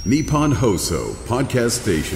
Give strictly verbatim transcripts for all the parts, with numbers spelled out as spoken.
Nippon Hoso Podcast Station。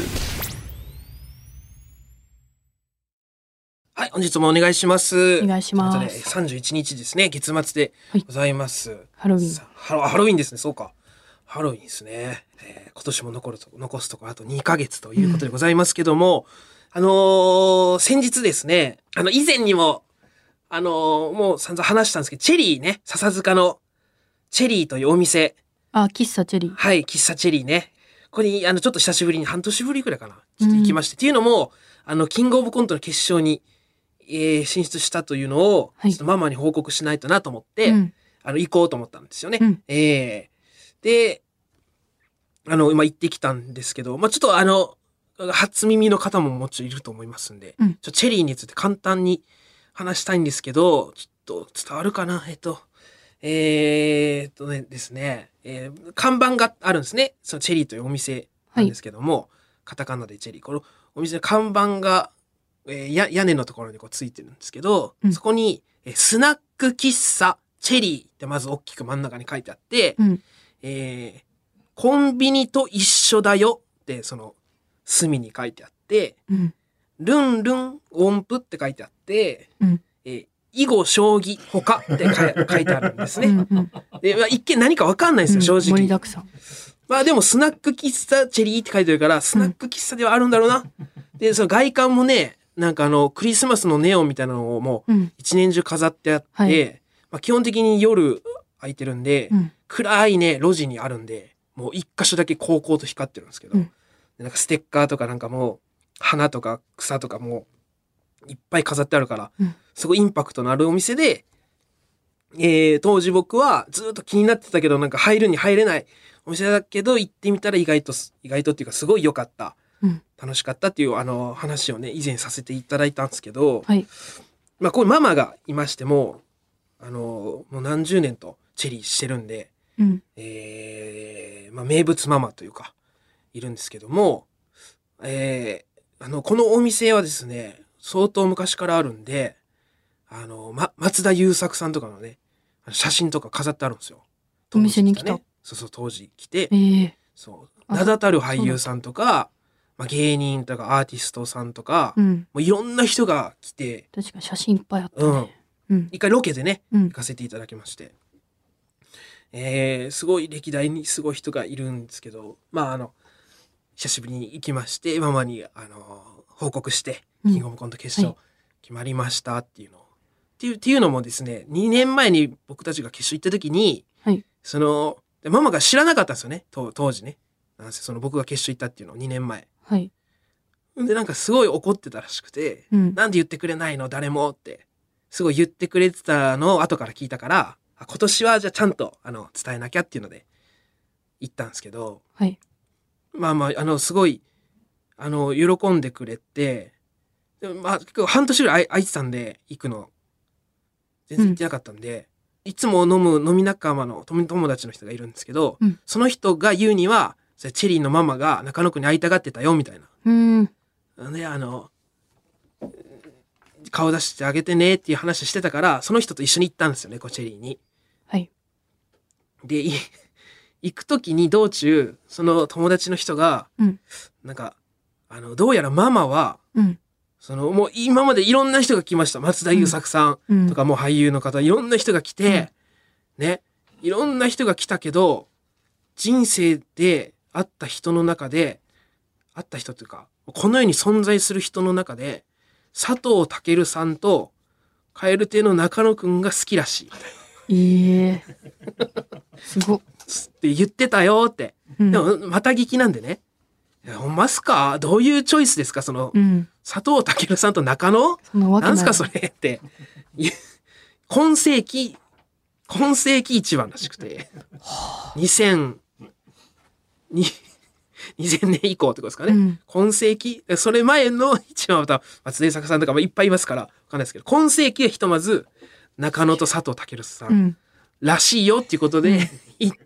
はい、本日もお願いします。 お願いします。 ということでさんじゅういちにちですね、月末でございます。はい、 ハロウィン。 さハロ。ハロウィンですね、そうか。ハロウィンですね。えー、今年も残ると残すところあとにかげつということでございますけども、うん、あのー、先日ですね、あの以前にもあのー、もう散々話したんですけど、チェリーね、笹塚のチェリーというお店。 あ、喫茶チェリー。 はい、喫茶チェリーね。ここにあのちょっと久しぶりに半年ぶりくらいかな、ちょっと行きまして、うん、っていうのもあのキングオブコントの決勝に、えー、進出したというのを、はい、ちょっとママに報告しないとなと思って、うん、あの行こうと思ったんですよね。うん、えー、で、あの今行ってきたんですけど、まあちょっとあの初耳の方ももちろんいると思いますんで、うん、ちょチェリーについて簡単に話したいんですけど、ちょっと伝わるかな、えっと。えー、っとねですね、えー、看板があるんですね。そのチェリーというお店なんですけども、はい、カタカナでチェリー。このお店の看板が、えー、や屋根のところにこうついてるんですけど、うん、そこに、えー、スナック喫茶チェリーってまず大きく真ん中に書いてあって、うん、えー、コンビニと一緒だよってその隅に書いてあって、うん、ルンルン音符って書いてあって、うん、えー囲碁将棋ほかって書いてあるんですね。うんうん、で、まあ、一見何か分かんないんですよ、正直。 盛りだくさん。 まあでもスナック喫茶チェリーって書いてるからスナック喫茶ではあるんだろうな。うん、でその外観もね、なんかあのクリスマスのネオンみたいなのをもう一年中飾ってあって、うん、はい、まあ、基本的に夜空いてるんで、うん、暗いね路地にあるんで、もう一箇所だけ高々と光ってるんですけど、うん、でなんかステッカーとかなんかもう花とか草とかもいっぱい飾ってあるから、うん、すごいインパクトのあるお店で、えー、当時僕はずっと気になってたけどなんか入るに入れないお店だけど行ってみたら意外と意外とっていうかすごい良かった、うん、楽しかったっていうあの話をね以前させていただいたんですけど、はい、まあこれママがいましてもあのもう何十年とチェリーしてるんで、うん、えー、まあ名物ママというかいるんですけども、えー、あのこのお店はですね相当昔からあるんで、あの、ま、松田優作さんとかのね、写真とか飾ってあるんですよ。 お店に来た。 そうそう、当時来て、 えー、 そう、名だたる俳優さんとか、まあ、芸人とかアーティストさんとか、うん、もういろんな人が来て、 確かに写真いっぱいあったね。 うんうん、一回ロケでね、うん、行かせていただきまして、えー、すごい歴代にすごい人がいるんですけど、まああの久しぶりに行きまして、ママにあの報告して。キングオブコント決勝決まりましたっていうのを、はい、っていう、っていうのもですね、にねんまえに僕たちが決勝行った時に、はい、そのママが知らなかったんですよね、当時ね。なんせその僕が決勝行ったっていうのをにねんまえ。はい、でなんかすごい怒ってたらしくて、うん、なんで言ってくれないの誰もってすごい言ってくれてたのを後から聞いたから、今年はじゃあちゃんとあの伝えなきゃっていうので行ったんですけど、はい、まあまああのすごいあの喜んでくれて。でもまあ、結構半年ぐらい空いてたんで行くの全然行ってなかったんで、うん、いつも飲む飲み仲間の友達の人がいるんですけど、うん、その人が言うにはチェリーのママが中野区に会いたがってたよみたいな、うん、であの顔出してあげてねっていう話してたから、その人と一緒に行ったんですよね、こうチェリーに。はい、で行く時に道中その友達の人が、うん、なんかあのどうやらママは、うんそのもう今までいろんな人が来ました。松田優作さんとかもう俳優の方、いろんな人が来て、うん、ね、いろんな人が来たけど、人生で会った人の中で、会った人というか、この世に存在する人の中で、佐藤健さんと蛙亭の中野くんが好きらしいみたいな。 えー、すごっ。 って言ってたよって。うん、でもまた聞きなんでね。ほんますか？どういうチョイスですか？その、うん、佐藤健さんと中野？なんすかそれって。今世紀、今世紀一番らしくて。にせん、にせんねん以降ってことですかね。うん、今世紀、それ前の一番また松田優作さんとかもいっぱいいますから、わかんないですけど、今世紀はひとまず中野と佐藤健さんらしいよっていうことで行って、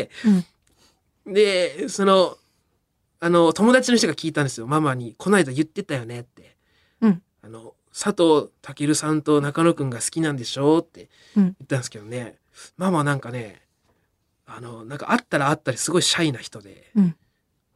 うん、で、その、あの友達の人が聞いたんですよ。ママにこの間言ってたよねって、うん、あの佐藤健さんと中野くんが好きなんでしょって言ったんですけどね、うん、ママなんかねあのなんか会ったら会ったりすごいシャイな人で、うん、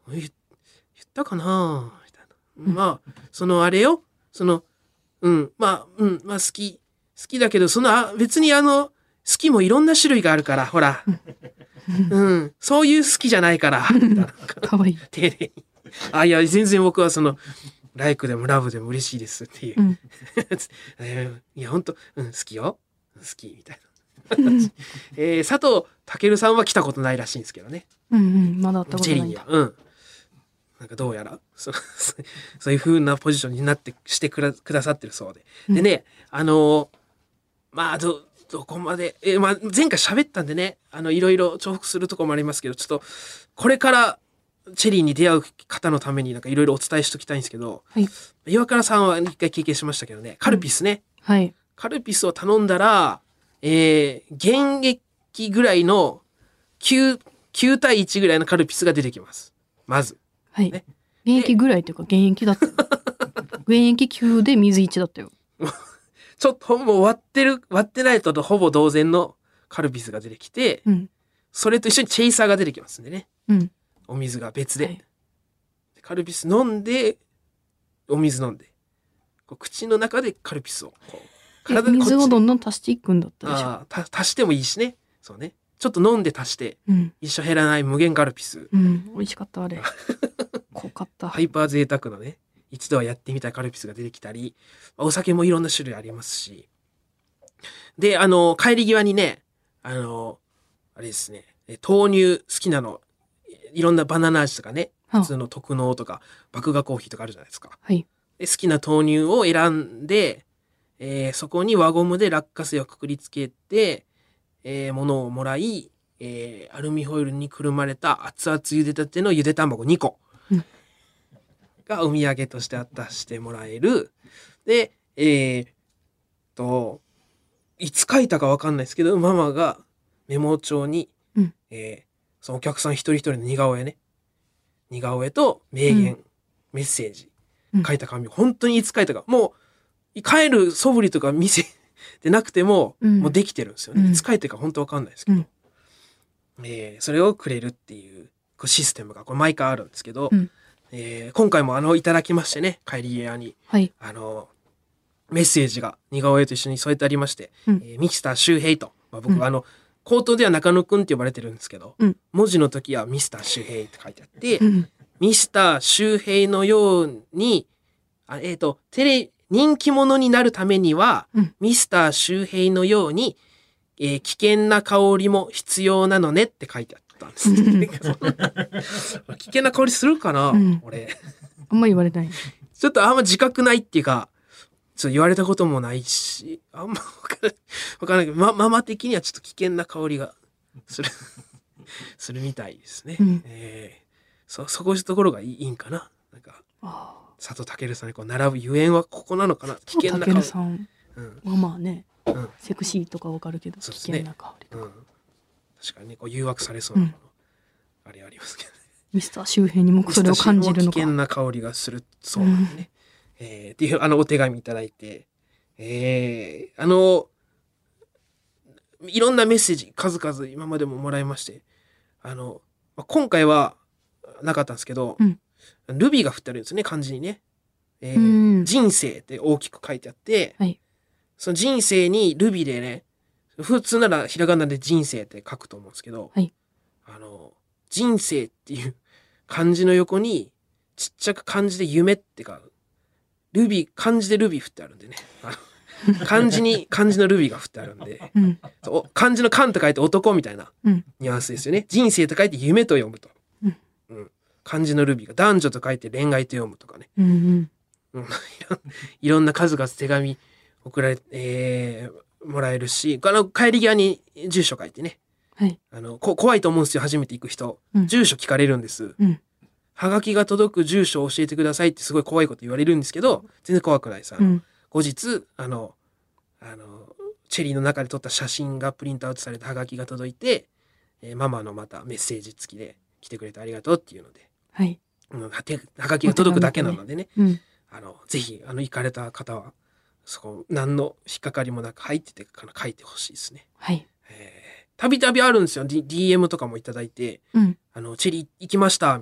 言言ったかなみたいな。まあ、そのあれよ。その、うん、まあ、うん、まあ好き、好きだけど、その、あ別にあの、好きもいろんな種類があるから、ほら。うん、そういう好きじゃないから。 かわいい。 丁寧に。あ、いや、全然僕はその、ライクでもラブでも嬉しいですっていう。 うん、 いや、ほんと、うん、好きよ。好き、みたいな。えー、佐藤健さんは来たことないらしいんですけどね。 うんうんまだ会ったことないんだ。 ジェリーには。うん。なんかどうやら、そそういう風なポジションになってしてくだくださってるそうで。でね、あのーまあ、ど、どこまで、えーまあ、前回喋ったんでね、あの、いろいろ重複するところもありますけど、ちょっと、これからチェリーに出会う方のためになんかいろいろお伝えしときたいんですけど、 はい。 岩倉さんは一回経験しましたけどね、カルピスね。 はい。 カルピスを頼んだら、えー、原液ぐらいのきゅう、きゅう対いちぐらいのカルピスが出てきます。まず。 はい。 ね現役ぐらいっていうか現役だったよ。現役きゅうで水いちだったよ。 ちょっともう割ってる、割ってないととほぼ同然のカルピスが出てきて、 うん。 それと一緒にチェイサーが出てきますんでね。 うん。 お水が別で。 はいカルピス飲んで、お水飲んで。こう口の中でカルピスをこうえ体でこっち水をどんどん足していくんだったでしょ。 あーた足してもいいしね。そうね。ちょっと飲んで足して、 うん。 一生減らない無限カルピス。 うん。美味しかったあれ。濃かった。 ハイパー贅沢のね、一度はやってみたいカルピスが出てきたり、お酒もいろんな種類ありますし。で、あの、帰り際にね、あの、あれですね、え豆乳好きなの、いろんなバナナ味とかね、 はあ普通の特濃とか、麦芽コーヒーとかあるじゃないですか。 はい。 で好きな豆乳を選んで、えーそこに輪ゴムで落花生をくくりつけて、えー、物をもらい、えーアルミホイルにくるまれた熱々茹でたてのゆで卵にこうんがお土産として渡してもらえる。で、えーっと、いつ書いたかわかんないですけど、ママがメモ帳に、 うんえーそのお客さん一人一人の似顔絵ね、似顔絵と名言、 うんメッセージうん書いた紙、本当にいつ書いたか、もう帰る素振りとか見せてなくても、 うんもうできてるんですよね。 うんいつ書いてるか本当わかんないですけど、 うんえーそれをくれるっていうこうシステムがこれ毎回あるんですけど、 うんえー今回もあのいただきましてね、帰り際にはい。 あのメッセージが似顔絵と一緒に添えてありまして、 うんえーミスター周平と、まあ、僕うんはあの、口頭では中野くんって呼ばれてるんですけど、 うん文字の時はミスター周平って書いてあって、 うん。 ミスター周平のように、あえっ、と、テレ、人気者になるためには、 うんミスター周平のように、えー危険な香りも必要なのねって書いてあったんです。危険な香りするかな、 うん俺。 あんま言われない。 ちょっとあんま自覚ないっていうか、ちょっと言われたこともないし、あんまわかんないわかんないけど、ま、ママ的にはちょっと危険な香りがする、するみたいですね。 うんえーそ、そこいうところがいいいいんかな。なんか、 あ佐藤健さんにこう並ぶゆえんはここなのかな。危あ。 険な香り。 たけるさんうん。 はまあね、 うん。 セクシーとかわかるけど、危そうですね険な香りとか。 うん。確かにね、こう誘惑されそうなもの、あれありますけどね。 ミスター周平にもそれを感じるの危険か。 な香りがするそうなんでね。えーっていうあのお手紙いただいて、えーあのいろんなメッセージ数々今までももらいまして、あの、まあ、今回はなかったんですけど、 うんルビーが振ってあるんですね、漢字にね。えーうん人生って大きく書いてあって、 はい。 その人生にルビーでね、普通ならひらがなで人生って書くと思うんですけど、 はいあの、人生っていう漢字の横にちっちゃく漢字で夢ってか、ルビー、漢字でルビー振ってあるんでね。あの漢字に漢字のルビーが振ってあるんで、 うん。 そう漢字の漢と書いて男みたいなうん。 ニュアンスですよね。人生と書いて夢と読むと。 うんうん漢字のルビーが男女と書いて恋愛と読むとかね。 うんうん。 うんいろんいろんな数々手紙送られ、えーもらえるし、あの帰り際に住所書いてね。 はい。 あのこ怖いと思うんですよ、初めて行く人。 うん住所聞かれるんです。 うん。 はがきが届く住所を教えてくださいってすごい怖いこと言われるんですけど、全然怖くないです。あのうん。 後日、あの、あの、チェリーの中で撮った写真がプリントアウトされたはがきが届いて、えーママのまたメッセージ付きで来てくれてありがとうっていうので、 はい。 うん、はてはがきが届くだけなのでね、 うん。 あの、ぜひ、あの、行かれた方は、そこ、何の引っかかりもなく入ってて、あの書いてほしいですね。 はい。 えーたびたびあるんですよ。D- ディーエム とかもいただいて、 うん。 あの、チェリー行きました、みたいな。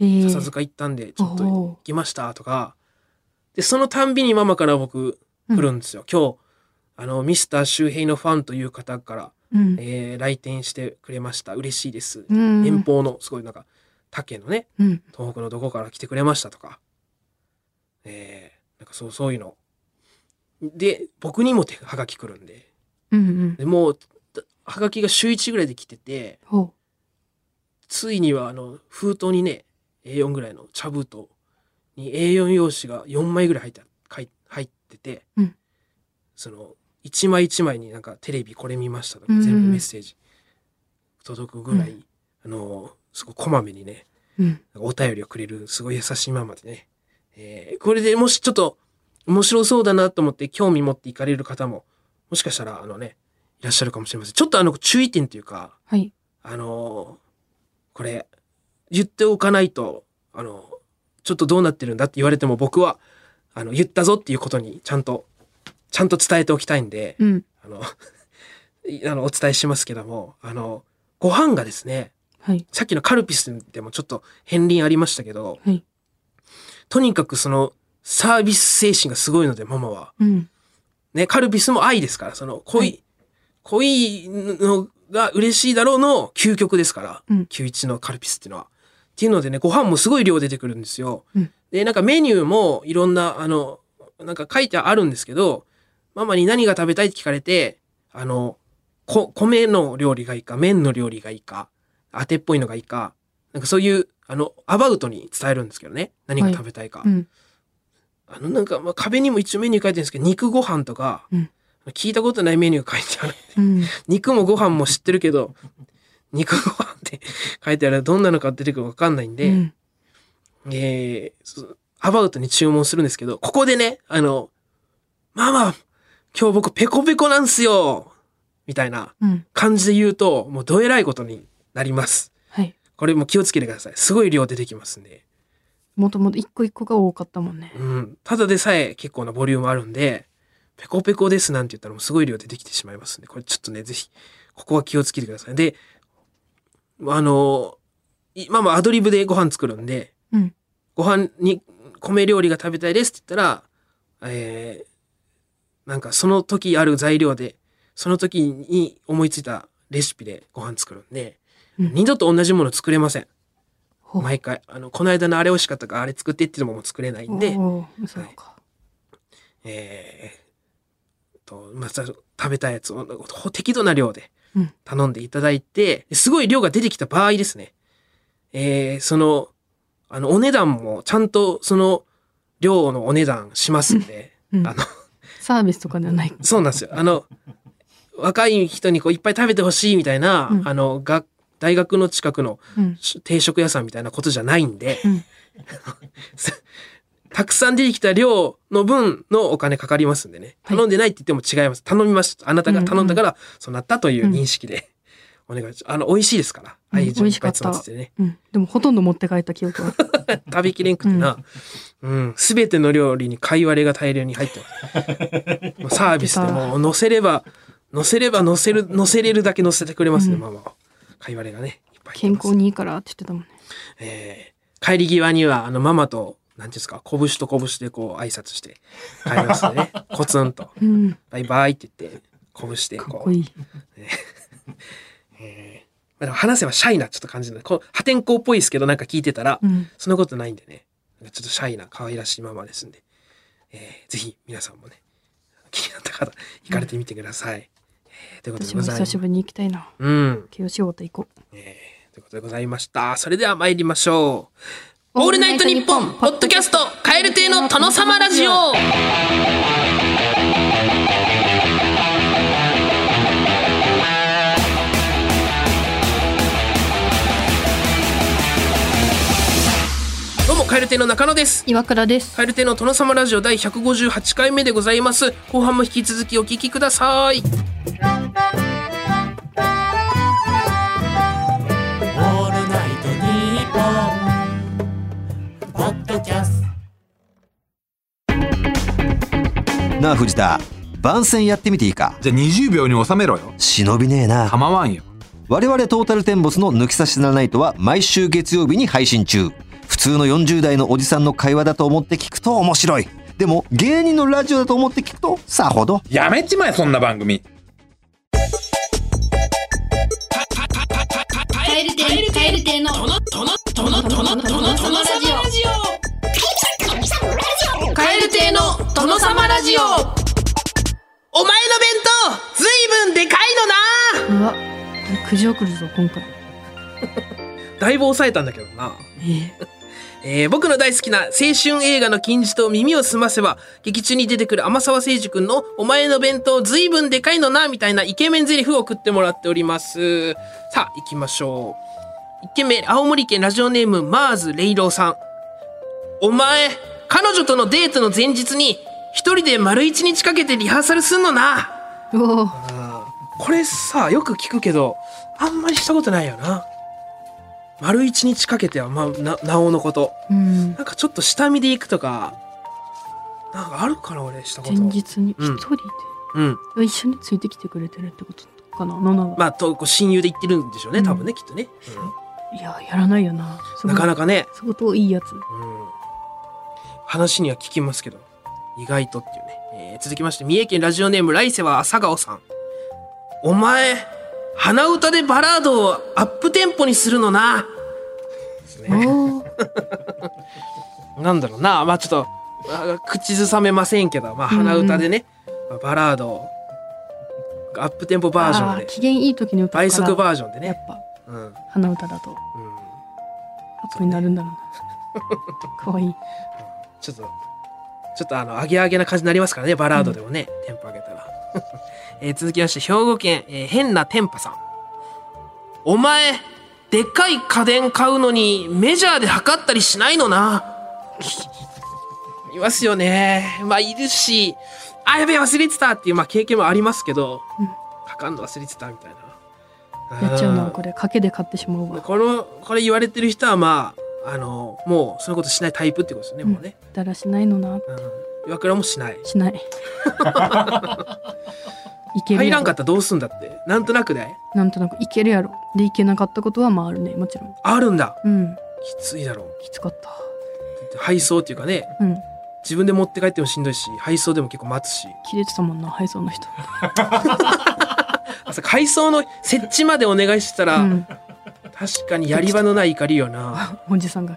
笹塚行ったんでちょっと行きましたとかで、そのたんびにママから僕来るんですよ、うん、今日あのミスター周平のファンという方から、うんえー、来店してくれました、嬉しいです、うん、遠方のすごいなんか他県のね、うん、東北のどこから来てくれましたとか、えー、なんかそうそういうので僕にも手はがき来るんで、うんうん、でもうはがきが週いちぐらいで来てて、ついにはあの封筒にね エーよん ぐらいの茶封筒に エーよん 用紙がよんまいぐらい入って入ってて、うん、その一枚一枚になんかテレビこれ見ましたとか全部メッセージ届くぐらい、うん、あのすごいこまめにね、うん、お便りをくれるすごい優しいママでね、えー、これでもしちょっと面白そうだなと思って興味持っていかれる方ももしかしたらあのねいらっしゃるかもしれません。ちょっとあの注意点というか、はい、あのこれ言っておかないとあのちょっとどうなってるんだって言われても僕はあの言ったぞっていうことにちゃんとちゃんと伝えておきたいんで、うん、あのあのお伝えしますけども、あのご飯がですね、はい、さっきのカルピスでもちょっと片鱗ありましたけど、はい、とにかくそのサービス精神がすごいのでママは、うん、ね、カルピスも愛ですから、その濃い、はい、濃いのが嬉しいだろうの究極ですから、うん、きゅういちのカルピスっていうのはっていうのでね、ご飯もすごい量出てくるんですよ、うん、でなんかメニューもいろんなあのなんか書いてあるんですけど、ママに何が食べたいって聞かれて、あのこ米の料理がいいか麺の料理がいいか当てっぽいのがいいか、なんかそういうあのアバウトに伝えるんですけどね、何が食べたいか、はい、うん、あのなんか、まあ、壁にも一応メニュー書いてるんですけど、肉ご飯とか、うん、聞いたことないメニュー書いてある、うん、肉もご飯も知ってるけど肉ご飯って書いてあるどんなのか出てくるか分かんないんで、うん、えー、アバウトに注文するんですけど、ここでね、あのママ今日僕ペコペコなんすよみたいな感じで言うと、うん、もうどえらいことになります、はい、これも気をつけてください。すごい量出てきますんで。 もともと一個一個が多かったもんね、 うん、ただでさえ結構なボリュームあるんで、ペコペコですなんて言ったらもうすごい量出てきてしまいますんで、これちょっとねぜひここは気をつけてください。であのママアドリブでご飯作るんで、うん、ご飯に米料理が食べたいですって言ったら、えー、なんかその時ある材料でその時に思いついたレシピでご飯作るんで、うん、二度と同じもの作れません。毎回あのこの間のあれ美味しかったからあれ作ってっていうのももう作れないんで、はい、えー、とまた食べたいやつを適度な量で頼んでいただいて、うん、すごい量が出てきた場合ですね、えー、そのあのお値段もちゃんとその量のお値段しますんで、うん、あのサービスとかではない。 そうなんですよ。あの若い人にこういっぱい食べてほしいみたいな、うん、あの学大学の近くの定食屋さんみたいなことじゃないんで、うん、たくさん出てきた量の分のお金かかりますんでね、頼んでないって言っても違います。頼みました。あなたが頼んだからそうなったという認識でお願いします。あの美味しいですから。 うん、美味しかった。ね、うん、でもほとんど持って帰った記憶は食べきれんくてな、うん、すべての料理に貝割れが大量に入ってます。サービスでも乗せれば乗せれば乗せる乗せれるだけ乗せてくれますね、うん、ママは。貝割れがねいっぱい健康にいいからって言ってたもんね。 えー、帰り際にはあのママとなんていうんですか、拳と拳でこう挨拶して帰りますね。コツンと、うん、バイバイって言って拳してこう。かっこいい。えー、まあ、話せばシャイなちょっと感じなこう破天荒っぽいですけど、なんか聞いてたら、うん、そんなことないんでね、ちょっとシャイな可愛らしいママですんで、えー、ぜひ皆さんもね気になった方行かれてみてください。うんえー、ということでございます。 私も久しぶりに行きたいな。うん。清仕事行こう。 えー、ということでございました。それでは参りましょう。オールナイトニッポンポッドキャスト蛙亭の殿様ラジオ。どうも蛙亭の中野です。 岩倉です。 蛙亭の殿様ラジオ第ひゃくごじゅうはちかいめでございます。後半も引き続きお聞きください。 なあ藤田、番宣やってみていいか。 じゃあにじゅうびょうに収めろよ。 忍びねえな。 構わんよ。 我々トータルテンボスの抜き差しならないとは毎週月曜日に配信中。普通のよんじゅう代のおじさんの会話だと思って聞くと面白い。でも芸人のラジオだと思って聞くとさほど。 やめちまえそんな番組。 カエル亭カエル亭のトノトノトノトノトノトノラジオ。カエル亭のトノサマラジオ。お前の弁当ずいぶんでかいのな。 うわ、苦情来るぞ今回。 だいぶ抑えたんだけどな。 えーえー、僕の大好きな青春映画の金字と耳を澄ませば劇中に出てくる天沢誠二君のお前の弁当ずいぶんでかいのなみたいなイケメン台詞を送ってもらっております。さあ行きましょう。いっけんめ、青森県ラジオネームマーズレイローさん。お前彼女とのデートの前日に一人で丸一日かけてリハーサルすんのな。 おお、 これさよく聞くけどあんまりしたことないよな。丸一日かけてはまあななおのこと、 うん、 なんかちょっと下見で行くとかなんかあるかな俺したこと。 前日に一人で、 うんうん、 一緒についてきてくれてるってことかな。のながまあとこう親友で行ってるんでしょうね、 うん多分ねきっとね、 いややらないよな。 うん、なかなかね、 相当いいやつ。 うん、話には聞きますけど意外とっていうね、えー、続きまして三重県ラジオネーム来世は朝顔さん。お前鼻歌でバラードをアップテンポにするのな。 おなんだろうな、まあちょっとあ口ずさめませんけど、まあ鼻歌でね、まあバラードをアップテンポバージョンで機嫌いい時に歌うから倍速バージョンでね、 やっぱうんうん、 鼻歌だとアップになるんだろうな。かわいい。 ちょっとちょっとあの上げ上げな感じになりますからねバラードでもね、うん、テンポ上げたら、えー、続きまして兵庫県、えー、変なテンパさん。お前でっかい家電買うのにメジャーで測ったりしないのな。いますよね。まあいるし、あやべえ忘れてたっていう、まあ、経験もありますけど、 うん、 測るの忘れてたみたいな。 やっちゃうなこれ。賭けで買ってしまうわ。 このこれ言われてる人はまああのもうそういうことしないタイプってことですね、うん、もうね。 だらしないのな。うん、 岩倉もしない。 しない。いけるやろ。 入らんかったらどうすんだってなんとなくで。 なんとなくいけるやろ。でいけなかったことはまああるね、もちろん。 あるんだ。 うん。 きついだろう。 きつかった。 配送っていうかね。 うん。 自分で持って帰ってもしんどいし、配送でも結構待つし。 切れてたもんな配送の人。 あ、配送の設置までお願いしてたら、うん、確かにやり場のない怒りよな。 おじさんが。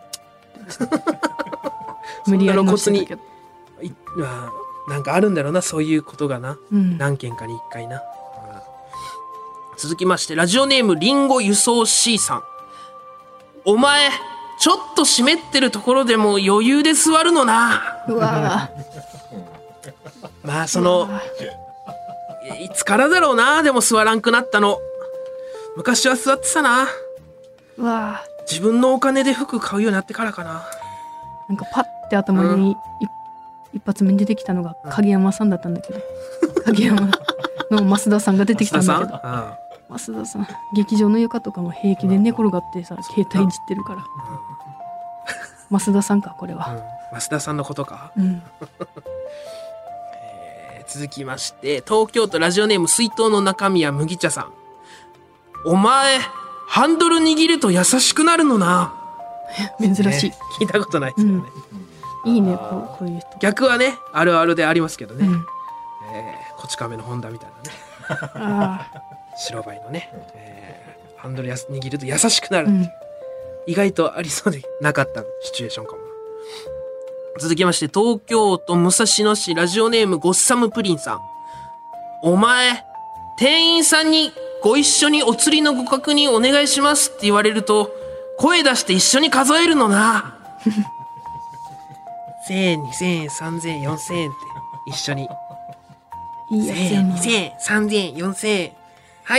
無理やりのしてたけど。 いまあなんかあるんだろうなそういうことがな、うん、何件かにいっかいな、うん、続きましてラジオネームリンゴ輸送 C さん。お前ちょっと湿ってるところでも余裕で座るのな。 うわまあそのいつからだろうな。でも座らんくなったの昔は座ってたな。 うわ自分のお金で服買うようになってからかな。 なんかパッて頭に、うん一発目に出てきたのが影山さんだったんだけど、影山の増田さんが出てきたんだけど、増田さん劇場の床とかも平気で寝転がってさ、携帯いじってるから、うん、増田さんかこれは、 うん、増田さんのことか、 うんえー、続きまして東京都ラジオネーム水筒の中身は麦茶さん。お前ハンドル握ると優しくなるのな。 珍しい、ね、 聞いたことないですよね、 うん、いいねこう、こういう人。 逆はねあるあるでありますけどね、うんえー、こち亀の本田みたいなね白バイのね、えー、ハンドルや握ると優しくなる、うん、意外とありそうでなかったシチュエーションかも。続きまして東京都武蔵野市ラジオネームゴッサムプリンさん。お前店員さんにご一緒にお釣りのご確認お願いしますって言われると声出して一緒に数えるのな。せんえん、にせんえん、さんぜんえん、よんせんえんって一緒に。 いいやつやな。 せんえん、にせんえん、さんぜんえん、よんせんえん。はい。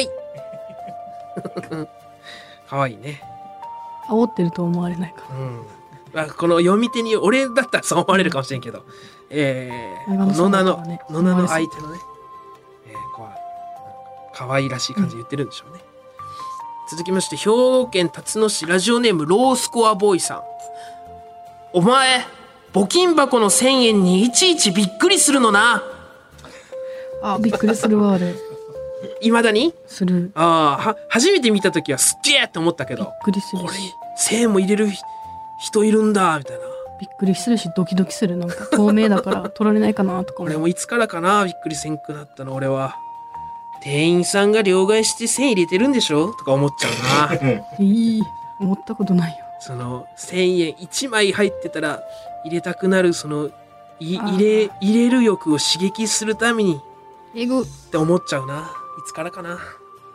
かわいいね。 煽ってると思われないか。 うん。この読み手に、俺だったらそう思われるかもしれんけど、えー、野名の、野名の相手のね、えー、こう、かわいらしい感じで言ってるんでしょうね。うん、続きまして、兵庫県辰野市ラジオネームロースコアボーイさん。お前、募金箱のせんえんにいちいちびっくりするのな。 あ、びっくりするわ、あれ。 いまだにする。 ああ、は、初めて見たときはすっげーって思ったけど。 びっくりする。 これ、せんえんも入れる人いるんだみたいな。 びっくりするしドキドキする。なんか透明だから取られないかなとかも。 俺もいつからかなびっくりせんくなったの俺は。店員さんが両替してせん入れてるんでしょとか思っちゃうな。 いい思ったことないよ。 そのせんえんいちまい入ってたら入れたくなるそのい入れ入れる欲を刺激するためにえぐって思っちゃうな。いつからかな。は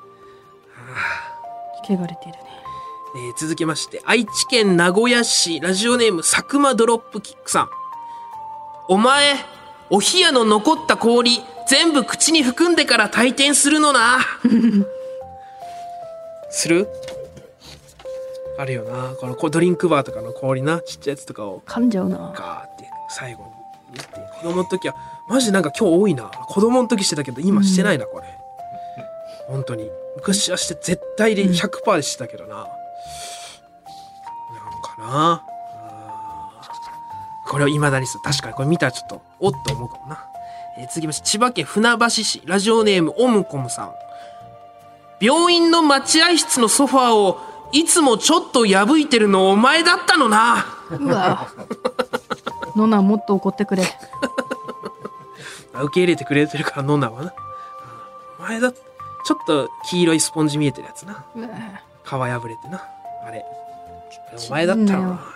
あ、汚れてるね。 えー、続きまして愛知県名古屋市ラジオネーム佐久間ドロップキックさん。お前お冷やの残った氷全部口に含んでから退店するのな。するあるよな。このドリンクバーとかの氷なちっちゃいやつとかを噛んじゃうな。 ガーって最後に言って子供の時はマジでなんか今日多いな。子供の時してたけど今してないなこれ、うん、本当に昔はして絶対で ひゃくパーセント でしてたけどな、うん、なんかなこれを未だにする。確かにこれ見たらちょっとおっと思うかもな。えー、続きまして千葉県船橋市ラジオネームオムコムさん。病院の待合室のソファーをいつもちょっと破いてるのお前だったのな。 うわノナもっと怒ってくれ。 受け入れてくれてるからノナはな。お前だちょっと黄色いスポンジ見えてるやつな。 うわ皮破れてなあれお前だったのな。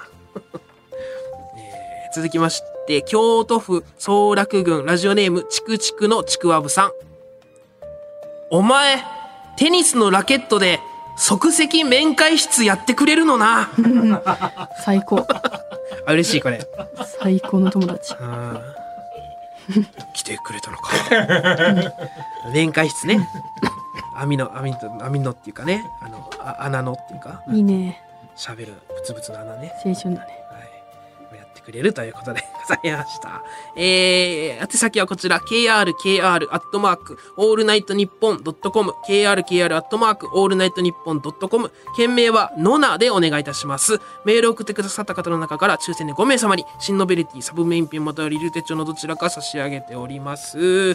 えー、続きまして京都府総楽郡ラジオネームちくちくのちくわぶさん。お前テニスのラケットで即席面会室やってくれるのな。 最高。 あ嬉しいこれ。 最高の友達。 来てくれたのか。面会室ね。網の網の網のっていうかね、あのあ穴のっていうか。 いいね。 喋るブツブツの穴ね。 青春だね。 はい。やってくれるということでございました。えー、宛先はこちら ケーアールケーアール アットマークオールナイトニッポンドットコム ケーアールケーアール アットマークオールナイトニッポンドットコム。件名はノナでお願いいたします。メールを送ってくださった方の中から抽選でごめいさまに新ノベルティサブメインペンまたはリル手帳のどちらか差し上げております。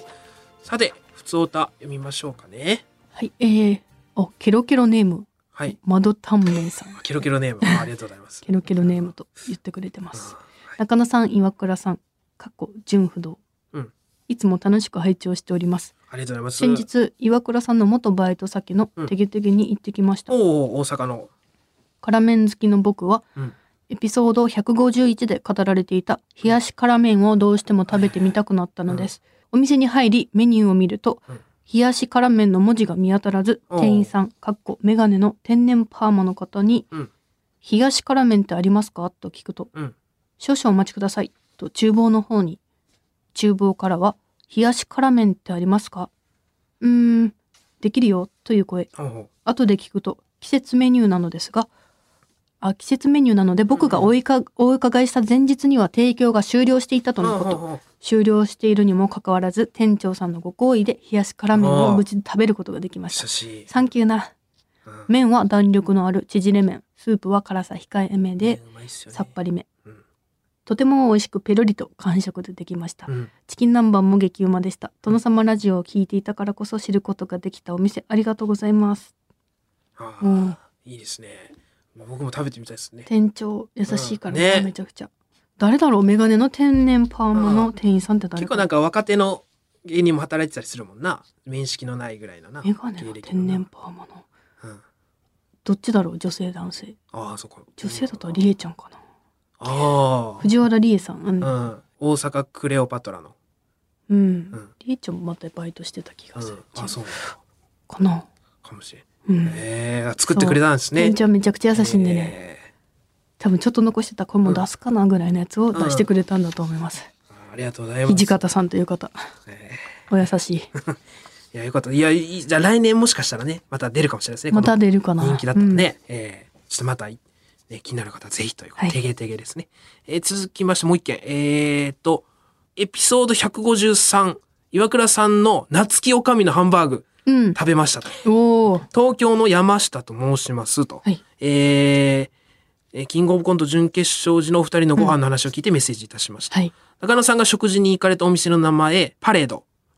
さてふつおた読みましょうかね。 はい、えー、おケロケロネーム、 はい、 マドタンメンさん。 ケロケロネーム あ, ありがとうございます。 ケロケロネームと言ってくれてます。中野さん、岩倉さん、かっこ純不動、うん、いつも楽しく拝聴しております。 ありがとうございます。 先日岩倉さんの元バイト先のテゲテゲに行ってきました。 うん、お大阪の辛麺好きの僕は、うん、エピソードひゃくごじゅういちで語られていた冷やし辛麺をどうしても食べてみたくなったのです。うん、お店に入りメニューを見ると、うん、冷やし辛麺の文字が見当たらず、店員さんかっこメガネの天然パーマの方に、うん、冷やし辛麺ってありますかと聞くと、うん、少々お待ちくださいと厨房の方に。厨房からは冷やし辛麺ってありますか？うーんできるよという声。後で聞くと季節メニューなのですがあ季節メニューなので僕がおいかお伺いした前日には提供が終了していたとのこと。終了しているにもかかわらず店長さんのご厚意で冷やし辛麺を無事に食べることができました。サンキューな。麺は弾力のある縮れ麺、スープは辛さ控えめでさっぱりめ、うん、とても美味しくペロリと完食できました。うん、チキン南蛮も激うまでした。殿様ラジオを聞いていたからこそ知ることができたお店、ありがとうございます。 あうん、いいですね。僕も食べてみたいですね。 店長優しいから、ねうんね、めちゃくちゃ。誰だろう、メガネの天然パーマの店員さんって誰か。 結構なんか若手の芸人も働いてたりするもんな。面識のないぐらいのな。 メガネの天然パーマの、うん、どっちだろう、女性男性。ああそこ女性だとリエちゃんかな。ああ藤原リエさん、うんうん、 大阪クレオパトラのうん、うん、リエちゃんもまたバイトしてた気がする、 うん、あそうかなかもしれん、うん、えー、作ってくれたんですね。 店長めちゃくちゃ優しいんでね、えー、多分ちょっと残してたこれも出すかなぐらいのやつを出してくれたんだと思います、 うんうん、ありがとうございます。 土方さんという方、えー、お優しいいやよかった。いやじゃあ来年もしかしたらねまた出るかもしれないですね。 また出るかな。 人気だったらね、うん、えー、ちょっとまた、ね、気になる方はぜひということで、はい、テゲテゲですね。えー、続きましてもう一件えー、っとエピソードひゃくごじゅうさん岩倉さんの夏木おかみのハンバーグ、うん、食べましたと。お東京の山下と申しますと、はい、えー、キングオブコント準決勝時のお二人のご飯の話を聞いてメッセージいたしました、うんはい、中野さんが食事に行かれたお店の名前パレード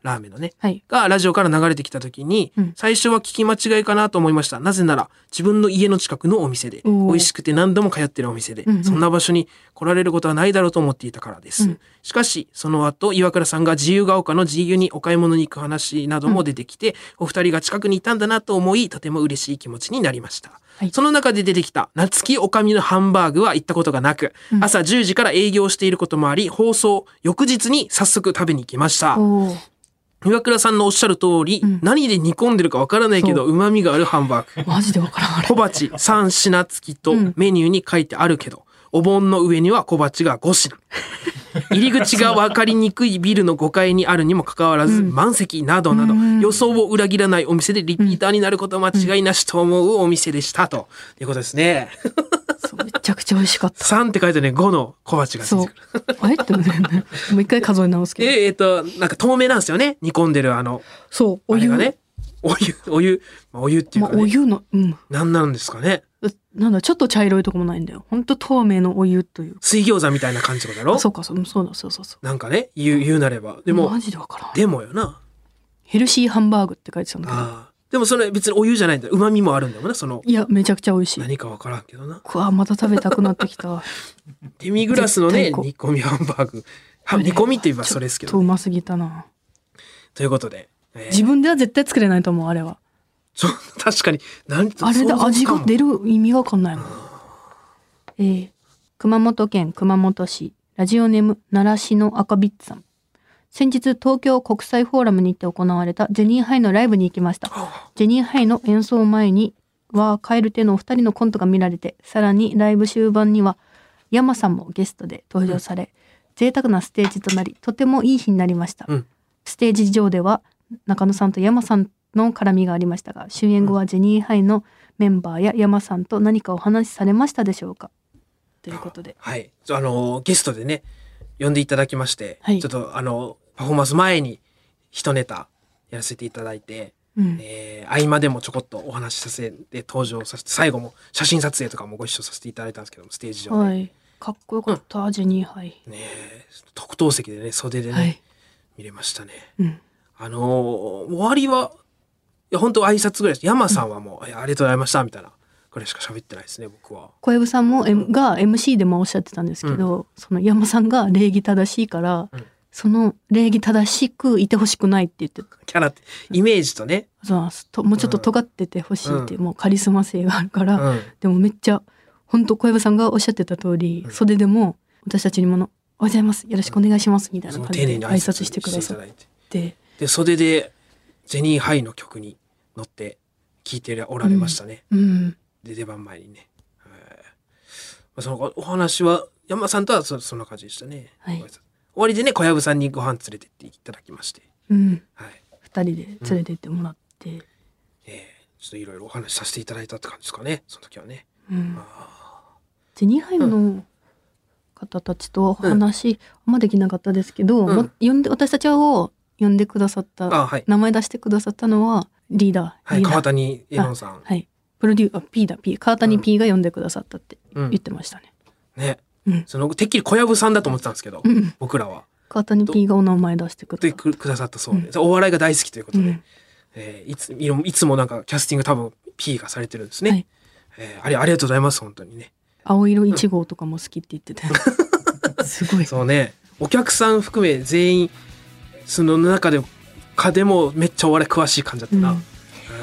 ラーメンのね、 はい。 がラジオから流れてきた時に、 うん最初は聞き間違いかなと思いました。なぜなら自分の家の近くのお店で、 おー美味しくて何度も通ってるお店で、 うんうんそんな場所に来られることはないだろうと思っていたからです。 うんしかしその後岩倉さんが自由が丘の自由にお買い物に行く話なども出てきて、お二人が近くにいたんだなと思い、とても嬉しい気持ちになりました。 はいその中で出てきた夏木おかみのハンバーグは行ったことがなく、 うん朝じゅうじから営業していることもあり、放送翌日に早速食べに行きました。 おー。 岩倉さんのおっしゃる通り、 うん何で煮込んでるかわからないけどそう旨味があるハンバーグ。 マジでわからんあれ。 小鉢さん品付きとうんメニューに書いてあるけど、お盆の上には小鉢がご品。入り口が分かりにくいビルのごかいにあるにもかかわらず、 うん満席などなど、 うん予想を裏切らないお店でリピーターになること間違いなしと思うお店でしたということですね。 そうめちゃくちゃ美味しかった。 さんって書いてね、ごの小鉢がついそうてくる。。 あれってね、もう一回数え直すけど。 え、えっと、なんか透明なんですよね。煮込んでるあの、 そう、お湯。 お湯がね。お湯、お湯、まあお湯っていうまあ、 かね。 お湯の、うん。 何なんですかね。 なんだ、ちょっと茶色いとこもないんだよ。ほんと透明のお湯という。 水餃子みたいな感じだろ。 あ、そうか、そうそうだ、そうそうそう。 なんかね、言う、言うなれば。でもマ、ジでわからん。 でもよな。 ヘルシーハンバーグって書いてたんだけど。 ああ。でもそれ別にお湯じゃないんだよ。旨味もあるんだもんね。その、 いや、めちゃくちゃ美味しい。 何かわからんけどな。 うわ、また食べたくなってきた。 デミグラスのね、 絶対煮込みハンバーグ。は煮込みって言えばそれですけど。 ちょっとうますぎたな。 ということで。えー自分では絶対作れないと思う、あれは。 そう確かに。何あれで味が出る。 る意味がわかんないもん。えー、熊本県熊本市、ラジオネーム、奈良市の赤ビッツさん。先日、東京国際フォーラムにて行われたジェニーハイのライブに行きました。ジェニーハイの演奏前には、蛙亭のお二人のコントが見られて、さらにライブ終盤には、山さんもゲストで登場され、贅沢なステージとなり、とてもいい日になりました。 うんステージ上では、中野さんと山さんの絡みがありましたが、終演後はジェニーハイのメンバーや山さんと何かお話しされましたでしょうか、ということで。 はい。あの、ゲストでね、呼んでいただきまして、 はいちょっとあの、パフォーマンス前に一ネタやらせていただいて、 うんえー合間でもちょこっとお話しさせて登場させて、最後も写真撮影とかもご一緒させていただいたんですけども、ステージ上で。 はい。かっこよかった、ジェニーハイ。 ねえ特等席でね、袖でね、 はい。 見れましたね。 うん。 あのー終わりは、いや、本当挨拶ぐらいです。山さんはもう、いやありがとうございました、みたいなぐらいしか喋ってないですね、僕は。 小籔さんも、M、が エムシー でもおっしゃってたんですけど、その山さんが礼儀正しいから、 うんその礼儀正しくいてほしくないって言ってた。 キャラって、イメージとね、 そうなんですともうちょっと尖っててほしいっていう、もうカリスマ性があるから、 うん。 でもめっちゃ本当小籔さんがおっしゃってた通り、 うん袖でも私たちにもの「おはようございますよろしくお願いします」みたいなその感じで丁寧に挨拶してくださっいただいて。 て、 で、袖で、ジェニーハイの曲に乗って聴いておられましたね。 うん、 で、出番前にね。えーまあ、そのお話は、山さんとはそそんな感じでしたね。 はいご挨拶終わりでね、小籔さんにご飯連れてっていただきまして。 うん、 はい。 ふたりで連れてってもらって、 えーちょっといろいろお話しさせていただいたって感じですかね、その時はね。 うん、ジェニーハイの方たちと話、あんまできなかったですけど、 うんも呼んで私たちを呼んでくださった、 あ、はい。 名前出してくださったのはリーダー、 はい、 リーダー川谷絵音さん。 はい、プロデューあ P だ P 川谷 P が呼んでくださったってうん言ってましたね。 ね。 うんその、てっきり小籔さんだと思ってたんですけど、 うん僕らは。 川谷 P がお名前出してくださでった。 くくださったそうで、お笑いが大好きということで、 うんえーいついろいつもなんかキャスティング多分 P がされてるんですね。 はいえーありありがとうございます本当にね。 青色いち号とかも好きって言ってて、すごい。 そうね、お客さん含め全員その中でかでもめっちゃお笑い詳しい感じだったな。 うんうん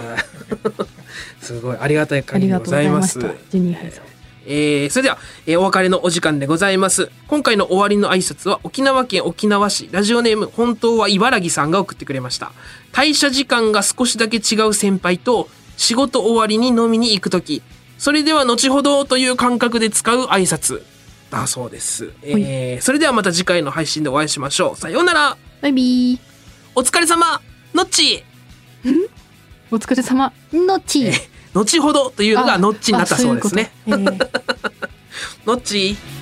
すごいありがたいありがとうご限りでございます。 ざいました。ジェニーハイさん。 えーそれでは、えーお別れのお時間でございます。今回の終わりの挨拶は沖縄県沖縄市ラジオネーム本当は茨城さんが送ってくれました。退社時間が少しだけ違う先輩と仕事終わりに飲みに行くとき、それでは後ほどという感覚で使う挨拶だそうです。えーそれではまた次回の配信でお会いしましょう。さようなら。 バイビー。 お疲れ様。のっち。 お疲れ様。のっち。 後ほどというのがのっちになったそうですね。 あそういうことえーのっち。